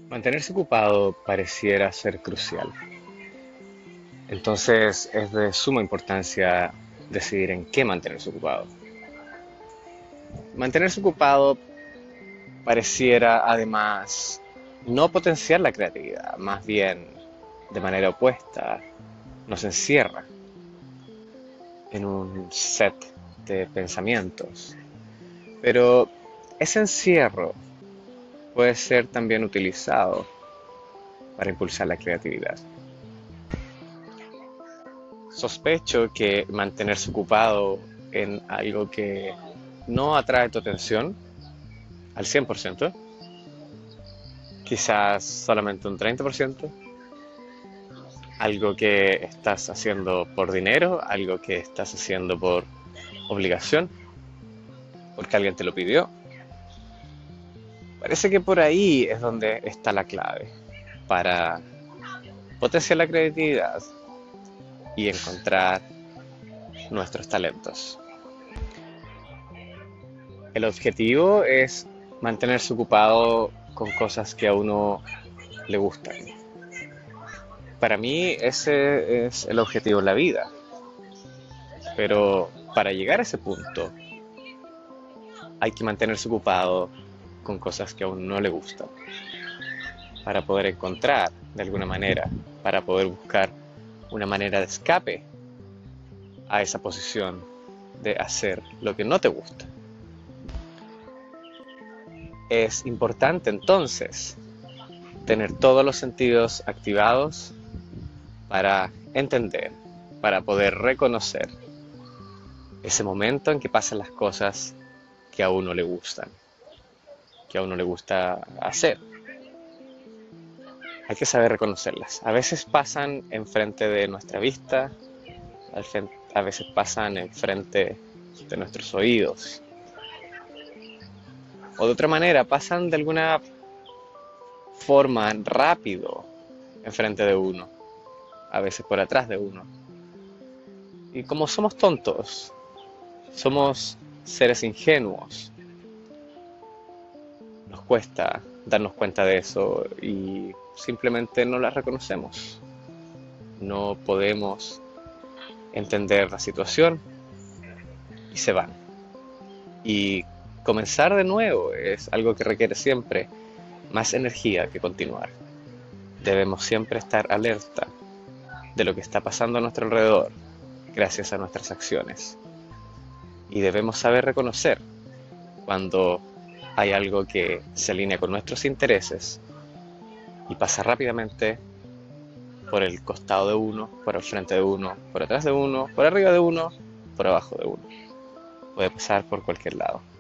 Mantenerse ocupado pareciera ser crucial. Entonces es de suma importancia decidir en qué mantenerse ocupado. Mantenerse ocupado pareciera además no potenciar la creatividad, más bien de manera opuesta nos encierra en un set de pensamientos. Pero ese encierro puede ser también utilizado para impulsar la creatividad. Sospecho que mantenerse ocupado en algo que no atrae tu atención al 100%, quizás solamente un 30%, algo que estás haciendo por dinero, algo que estás haciendo por obligación, porque alguien te lo pidió. Parece que por ahí es donde está la clave para potenciar la creatividad y encontrar nuestros talentos. El objetivo es mantenerse ocupado con cosas que a uno le gustan. Para mí ese es el objetivo en la vida, pero para llegar a ese punto hay que mantenerse ocupado con cosas que a uno no le gustan, para poder encontrar de alguna manera, para poder buscar una manera de escape a esa posición de hacer lo que no te gusta. Es importante entonces tener todos los sentidos activados para entender, para poder reconocer ese momento en que pasan las cosas que a uno le gustan, que a uno le gusta hacer. Hay que saber reconocerlas. A veces pasan enfrente de nuestra vista, a veces pasan enfrente de nuestros oídos. O de otra manera, pasan de alguna forma rápido enfrente de uno, a veces por atrás de uno. Y como somos tontos, somos seres ingenuos, nos cuesta darnos cuenta de eso y simplemente no las reconocemos. No podemos entender la situación y se van. Y comenzar de nuevo es algo que requiere siempre más energía que continuar. Debemos siempre estar alerta de lo que está pasando a nuestro alrededor gracias a nuestras acciones. Y debemos saber reconocer cuando hay algo que se alinea con nuestros intereses y pasa rápidamente por el costado de uno, por el frente de uno, por atrás de uno, por arriba de uno, por abajo de uno. Puede pasar por cualquier lado.